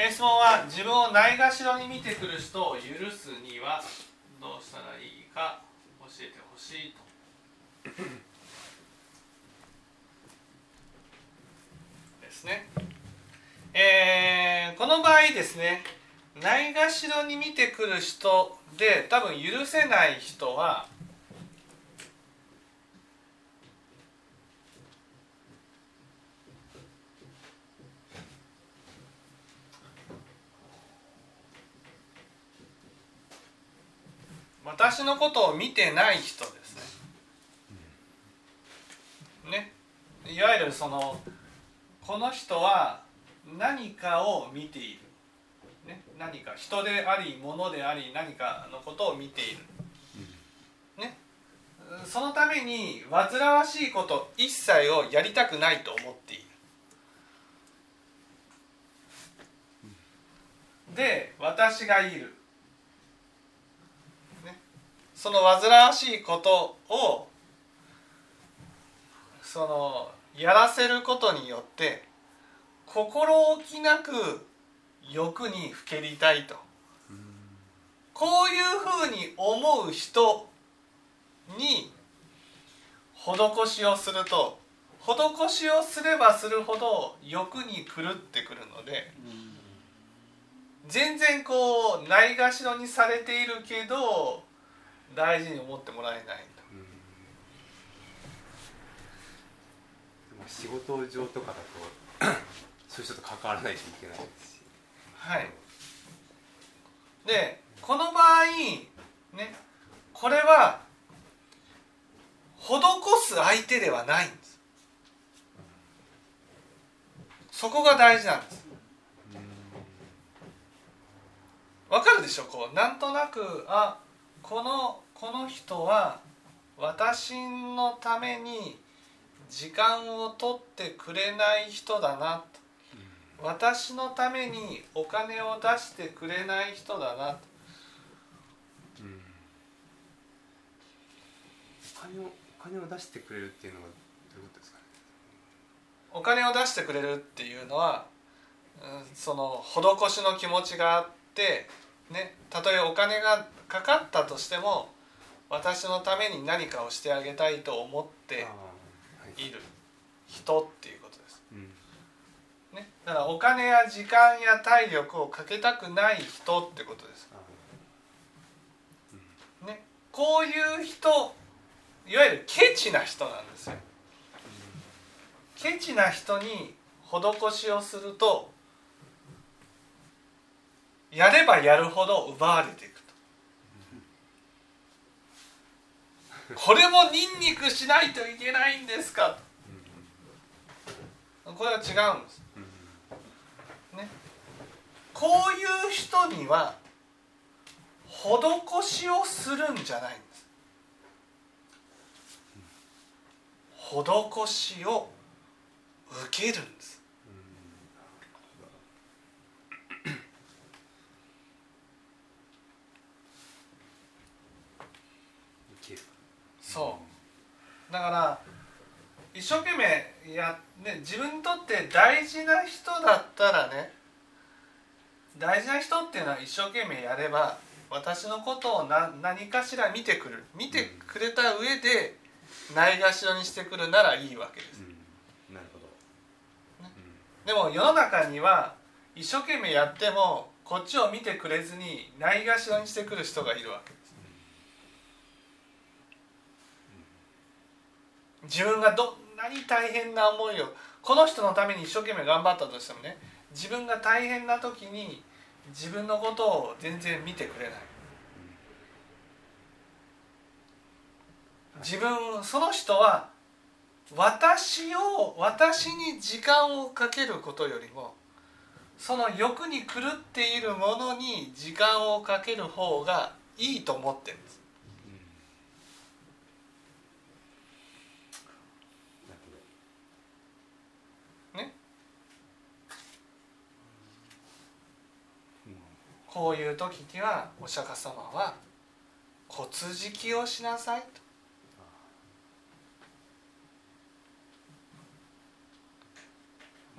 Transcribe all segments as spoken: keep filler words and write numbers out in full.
質問は、自分をないがしろに見てくる人を許すにはどうしたらいいか教えてほしいとですね。えー、この場合ですね、ないがしろに見てくる人で多分許せない人は、私のことを見てない人ですね。ね、いわゆるそのこの人は何かを見ている、ね、何か人であり物であり何かのことを見ている、ね、そのために煩わしいこと一切をやりたくないと思っている。で、私がいる、ね、その煩わしいことをそのやらせることによって心置きなく欲にふけりたいと、こういうふうに思う人に施しをすると、施しをすればするほど欲に狂ってくるので、全然こうないがしろにされているけど大事に思ってもらえないと。 仕事上とかだとそういう人と関わらないといけないですし、 はい。で、この場合ね、これは施す相手ではないんです。そこが大事なんです。わかるでしょ。こうなんとなく、あ、このこの人は私のために時間を取ってくれない人だなと、私のためにお金を出してくれない人だなと、 うん、お金をお金を出してくれるっていうのはどういうことですかね。 お金を出してくれるっていうのは、うん、その施しの気持ちがあってね、たとえお金がかかったとしても私のために何かをしてあげたいと思っている人っていうことです、うんね、だからお金や時間や体力をかけたくない人ってことです、ね、こういう人、いわゆるケチな人なんですよ。ケチな人に施しをするとやればやるほど奪われていくと。これもニンニクしないといけないんですかと。これは違うんです、ね、こういう人には施しをするんじゃないんです。施しを受けるんです。そうだから一生懸命や、ね、自分にとって大事な人だったらね、大事な人っていうのは一生懸命やれば私のことを何、何かしら見てくる見てくれた上でないがしろにしてくるならいいわけです、 うん、なるほど、 ね、でも世の中には一生懸命やってもこっちを見てくれずにないがしろにしてくる人がいるわけです。自分がどんなに大変な思いをこの人のために一生懸命頑張ったとしてもね、自分が大変な時に自分のことを全然見てくれない。自分その人は私を私に時間をかけることよりもその欲に狂っているものに時間をかける方がいいと思ってるんです。こういう時にはお釈迦様は骨敷をしなさいと。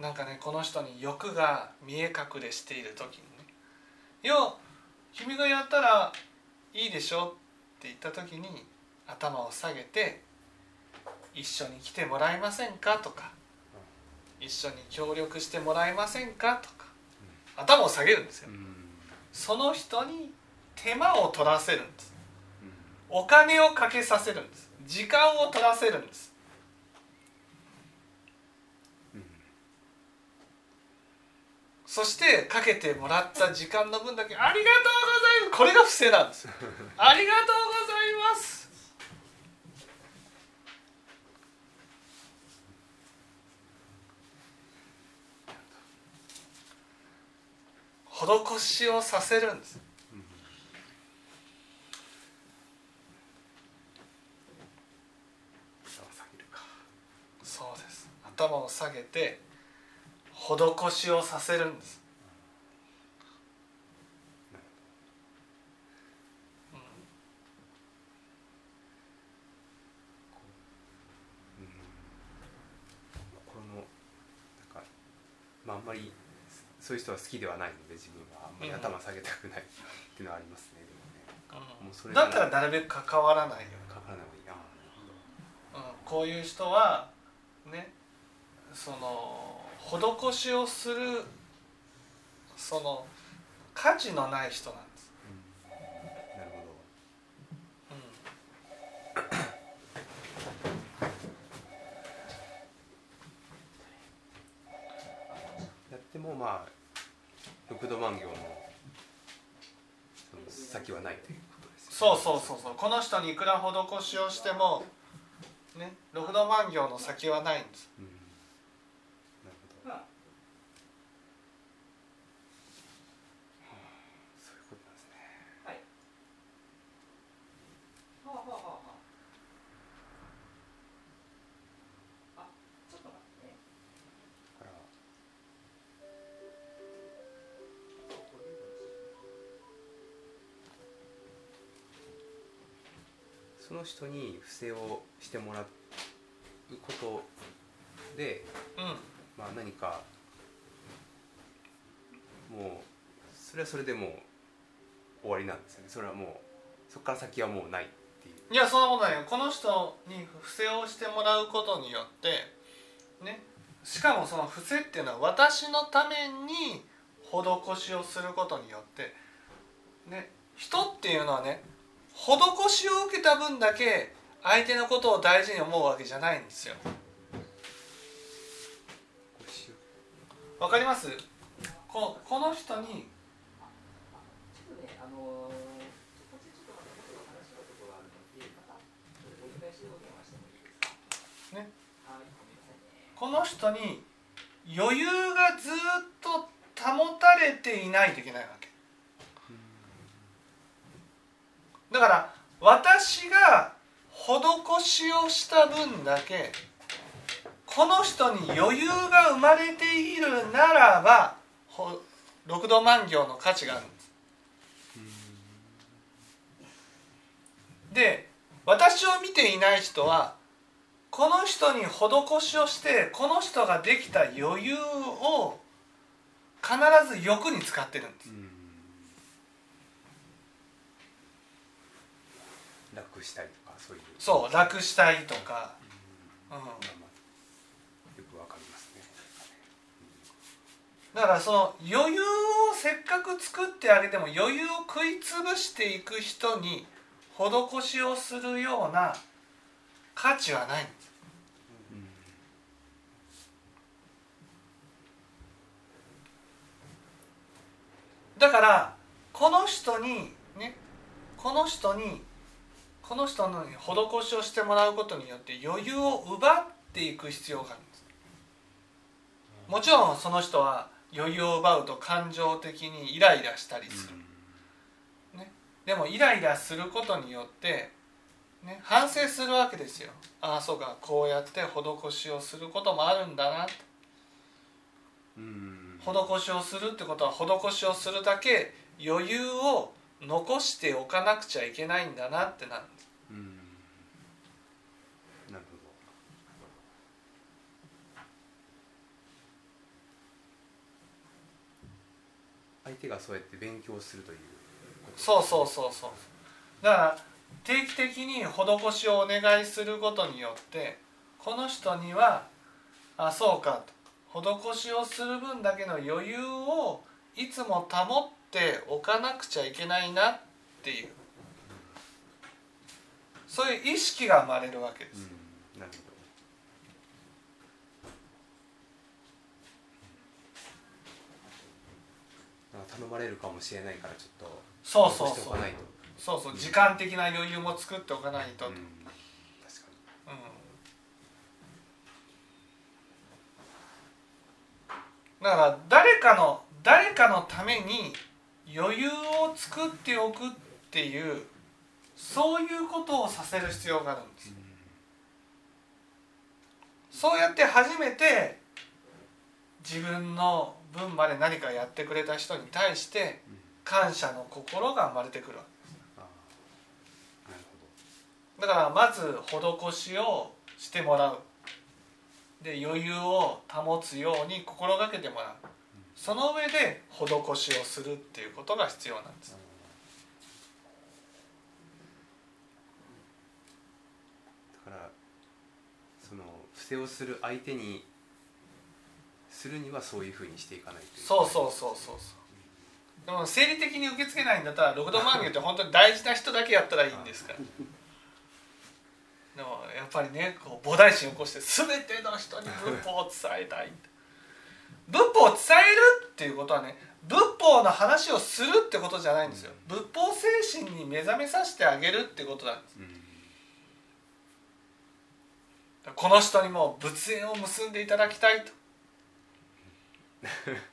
なんかねこの人に欲が見え隠れしている時にね、いや君がやったらいいでしょって言った時に頭を下げて一緒に来てもらえませんかとか、一緒に協力してもらえませんかとか、頭を下げるんですよ。その人に手間を取らせるんです。お金をかけさせるんです。時間を取らせるんです。そしてかけてもらった時間の分だけありがとうございます。これが不正なんです。ありがとうございます。施しをさせるんです。そうです。頭を下げて施しをさせるんです。うん、 このなんか、まあ、あんまりそういう人は好きではないので自分はあんまり頭下げたくないっていうのはありますね。でもね、 うん、 もうそれだったらなるべく関わらないよ。 関わらない方がいいな。 うん、こういう人はね、その施しをするその価値のない人なんです。 うん、なるほど。やってもまあ六度万行のその先はないということですよね。 そうそうそうそう。この人にいくら施しをしてもね、六度万行の先はないんです。 うん、なるほど。そういうことなんですね。 はい。はあはあはあはあ。あ、ちょっと待ってね。 だからその人に不正をしてもらうことで、 うん、 まあ何かもうそれはそれでもう終わりなんですよね。それはもうそこから先はもうないっていう。 いやそんなことないよ。この人に不正をしてもらうことによってね、しかもその不正っていうのは私のために施しをすることによってね、人っていうのはね、施しを受けた分だけ相手のことを大事に思うわけじゃないんですよ。わかります？こ, この人にちょっとね、あのー、こっちちょっとまた僕が話したことがあるので、また折り返しでお電話してもいいですか？ ね、 はい、ごめんなさいね。 この人に余裕がずっと保たれていないといけないわけ。だから私が施しをした分だけこの人に余裕が生まれているならば六度万行の価値があるんです。で、私を見ていない人はこの人に施しをしてこの人ができた余裕を必ず欲に使ってるんです。 楽したいとかそういう。 そう楽したいとか、うん、うん、 まあまあ、よくわかりますね。 だからその余裕をせっかく作ってあげても余裕を食いつぶしていく人に施しをするような価値はないんです。だからこの人にね、この人にこの人の施しをしてもらうことによって余裕を奪っていく必要があるんです。もちろんその人は余裕を奪うと感情的にイライラしたりする、ね、でもイライラすることによって、ね、反省するわけですよ。ああそうか、こうやって施しをすることもあるんだなと。施しをするってことは施しをするだけ余裕を残しておかなくちゃいけないんだなってなるんです。 うん、なるほ相手がそうやって勉強するということ。 そうそうそうそう。だから定期的に施しをお願いすることによって、この人にはあそうかと、施しをする分だけの余裕をいつも保っておかなくちゃいけないなっていう、そういう意識が生まれるわけです。 うん、なるほど。頼まれるかもしれないからちょっとそうそうそうしておかないと。 そうそう、時間的な余裕も作っておかないと、 うん、確かうん、だから誰かの誰かのために余裕を作っておくっていう、そういうことをさせる必要があるんです。 に。うん、 そうやって初めて自分の分まで何かやってくれた人に対して感謝の心が生まれてくるわけです。 ああ、なるだからまず施しをしてもらう、で余裕を保つように心がけてもらう、その上で施しをするっていうことが必要なんです。 だからその布施をする相手にするにはそういうふうにしていかないという。 そうそうそうそうそう。でも生理的に受け付けないんだったら六度万行って本当に大事な人だけやったらいいんですから。でもやっぱりね、こう菩提心を起こして全ての人に仏法を伝えたい。仏法を伝えるっていうことはね、仏法の話をするってことじゃないんですよ。仏法精神に目覚めさせてあげるってことなんです。うん、この人にも仏縁を結んでいただきたいと。 ちょ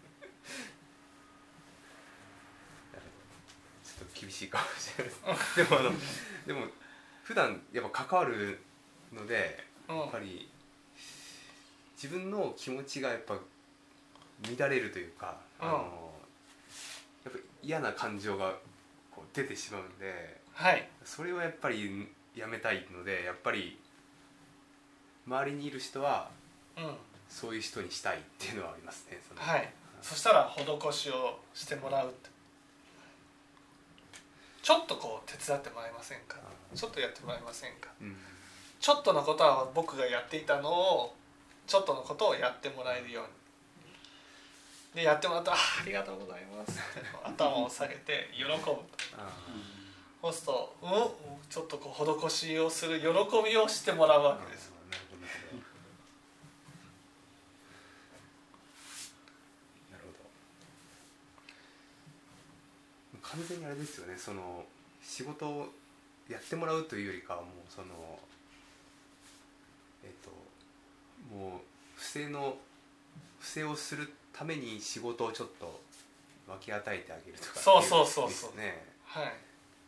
っと厳しいかもしれないです。でもあのでも普段やっぱ関わるので、やっぱり自分の気持ちがやっぱ乱れるというか、あのやっぱ嫌な感情がこう出てしまうんで、 はい、 それをやっぱりやめたいので、やっぱり周りにいる人は、うん、そういう人にしたいっていうのはありますね。その、 はい、そしたら施しをしてもらうって、ちょっとこう手伝ってもらえませんか、ちょっとやってもらえませんか、うん、ちょっとのことは僕がやっていたのをちょっとのことをやってもらえるようにでやってもらうと あ, ありがとうございますって頭を下げて喜ぶとそうすると、うん、ちょっとこう施しをする喜びをしてもらうわけです。 完全にあれですよね、その仕事をやってもらうというよりかはもうそのえっともう不正の不正をするために仕事をちょっと分け与えてあげるとか、 そうそうそうそう、 ね、 はい、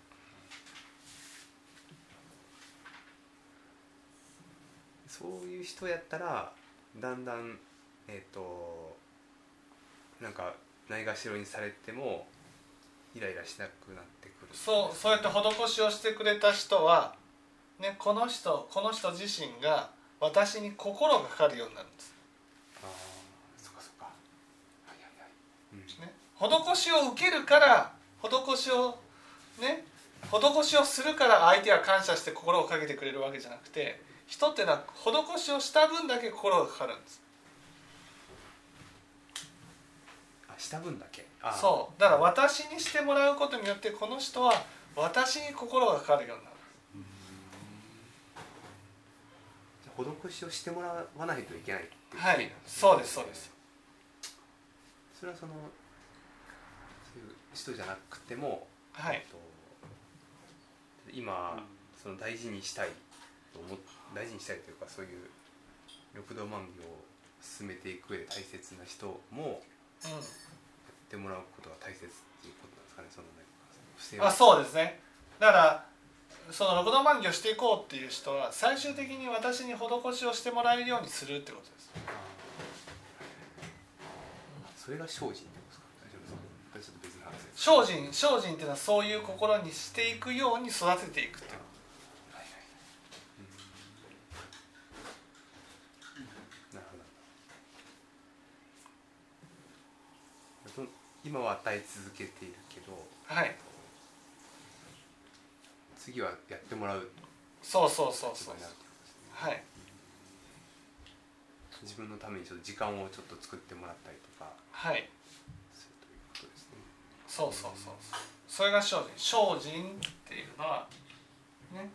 そういう人やったらだんだんえっとなんかないがしろにされてもイライラしなくなってくる。 そう、そうやって施しをしてくれた人は、ね、この人この人自身が私に心がかかるようになるんです。 ああ、そっかそっか。はいはいはい。うん、 ね、施しを受けるから施しをね施しをするから相手は感謝して心をかけてくれるわけじゃなくて、人ってのは施しをした分だけ心がかかるんです。 あ、した分だけ。 そう、だから私にしてもらうことによってこの人は私に心がかかるようになる。 じゃあ施しをしてもらわないといけないっていう、 はい、そうですそうです。 それはそのそういう人じゃなくても、 はい、 えっと、今その大事にしたいと思大事にしたいというか、そういう六度万行を進めていく上で大切な人も、うん、ってもらうことが大切っていうことなんですかね。その、ね、 あ、そうですね。だからその六度万行していこうっていう人は最終的に私に施しをしてもらえるようにするってことです。 それが精進ってことですか。大丈夫ですか。これちょっと別の話です。 精進、精進っていうのはそういう心にしていくように育てていくっていう。 はいはい、うん、なるほど。 今は与え続けているけど、 はい、 次はやってもらうそうそうそうそう、はい、 自分のためにちょっと時間をちょっと作ってもらったりとか、 はい、 そうということですね。 そうそうそう、それが精進。精進っていうのはね、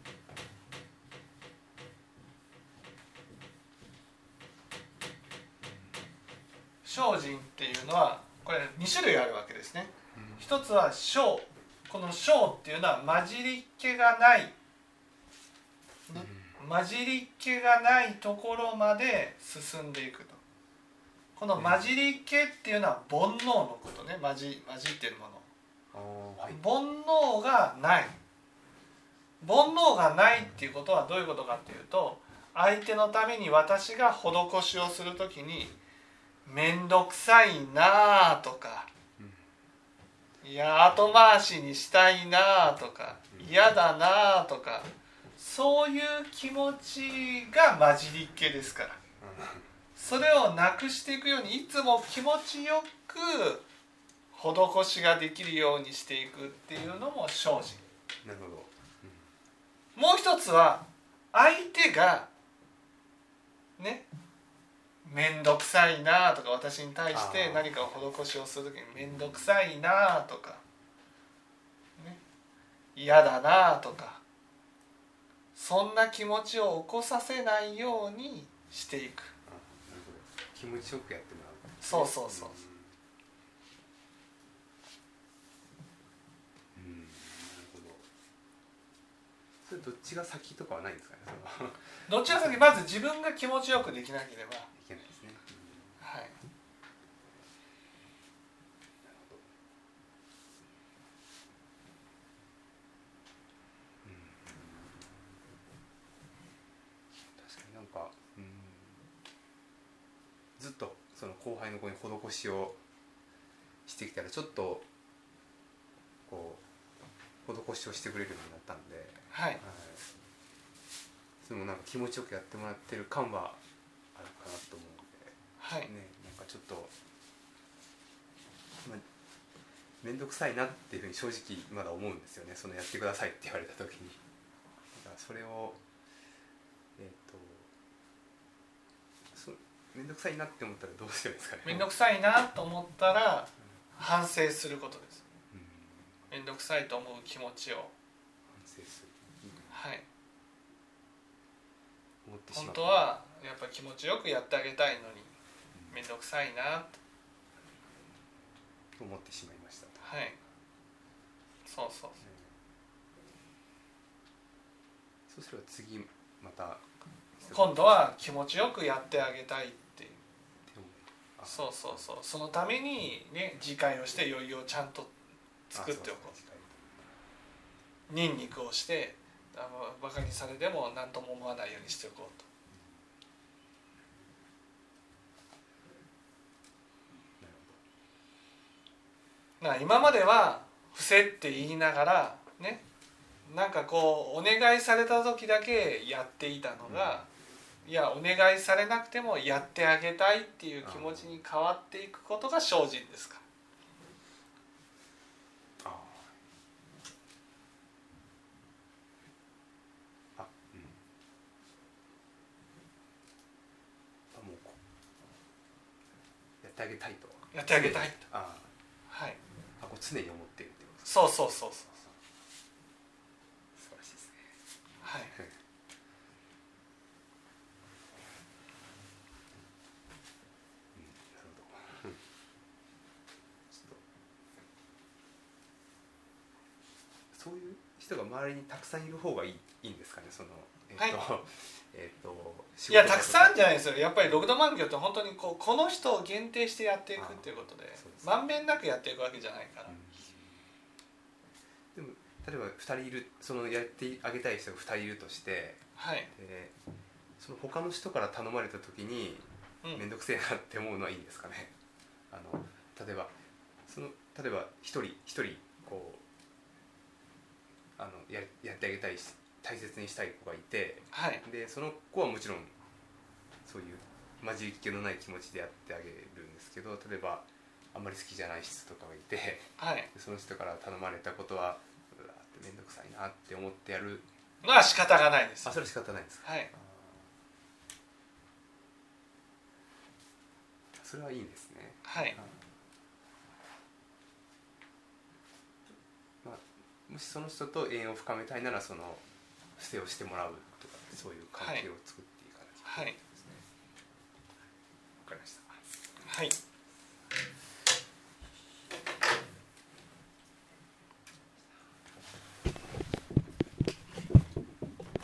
精進っていうのはこれに種類あるわけですね。うん、一つは小、この小っていうのは混じりっ気がない、ね、うん、混じりっ気がないところまで進んでいくと。この混じりっ気っていうのは煩悩のことね。混じ、混じっているもの、はい、煩悩がない。煩悩がないっていうことはどういうことかっていうと、相手のために私が施しをするときにめんどくさいなとか、いや後回しにしたいなとか、嫌だなとか、そういう気持ちが混じりっ気ですから、それをなくしていくように、いつも気持ちよく施しができるようにしていくっていうのも精進。 なるほど。 うん、もう一つは相手がね、めんどくさいなとか、私に対して何かを施しをするときにめんどくさいなとか、ね、嫌だなとか、そんな気持ちを起こさせないようにしていく。 あ、なるほど。気持ちよくやってもらう。 そうそうそう。 うん、うん、なるほど。それどっちが先とかはないんですかね。 どっちが先、まず自分が気持ちよくできなければいけないですね。うん、 はい。 なんか、うん、ずっとその後輩の子に施しをしてきたら、ちょっとこう施しをしてくれるようになったんで、 はい、はい、 それもなんか気持ちよくやってもらってる感はあるかなと思うので、 はい、ね、 なんかちょっと、まあ、面倒くさいなっていうふうに正直まだ思うんですよね。そのやってくださいって言われた時に、だからそれをえっと面倒くさいなって思ったらどうするんですかね。 面倒くさいなと思ったら反省することです。面倒くさいと思う気持ちを反省する、うん、 はい。 思ってしまう。 本当はやっぱり気持ちよくやってあげたいのに面倒くさいなと思ってしまいました。 はい。そうそうそう。 そうすれば次また今度は気持ちよくやってあげたいっていう。そうそうそう。そのためにね、自戒をして余裕をちゃんと作っておこう。ニンニクをしてあのバカにされても何とも思わないようにしておこうと。な今までは伏せって言いながらね、なんかこうお願いされた時だけやっていたのが、うん、いやお願いされなくてもやってあげたいっていう気持ちに変わっていくことが精進ですか。 ああ、うん、あ、もうやってあげたいと。 やってあげたいと。 ああ、はい。 あ、こう常に思っているってことですか。そうそうそうそう。 素晴らしいですね。 はい。 そういう人が周りにたくさんいる方がいい、いいんですかね。そのえっ、ー、と、はい、えっ、ー、といやたくさんじゃないですよ。やっぱり六度万行って本当にこうこの人を限定してやっていくっていうことで、まんべんなくやっていくわけじゃないから。 うん、でも例えばふたりいる、そのやってあげたい人がふたりいるとして、 はい、 でその他の人から頼まれた時に面倒くせえなって思うのはいいんですかね。あの例えばその例えば一人一人こうあの や, やってあげたいし大切にしたい子がいて、 はい、 でその子はもちろんそういう混じりっ気のない気持ちでやってあげるんですけど、例えばあんまり好きじゃない人とかがいて、 はい、 その人から頼まれたことはうわって面倒くさいなって思ってやるのは仕方がないです。 あ、それは仕方ないですか。 はい、 それはいいですね。 はい、 まあ、もしその人と縁を深めたいならその伏せをしてもらうとかそういう関係を作っていかなきゃいけないですね。わかりました。 はい。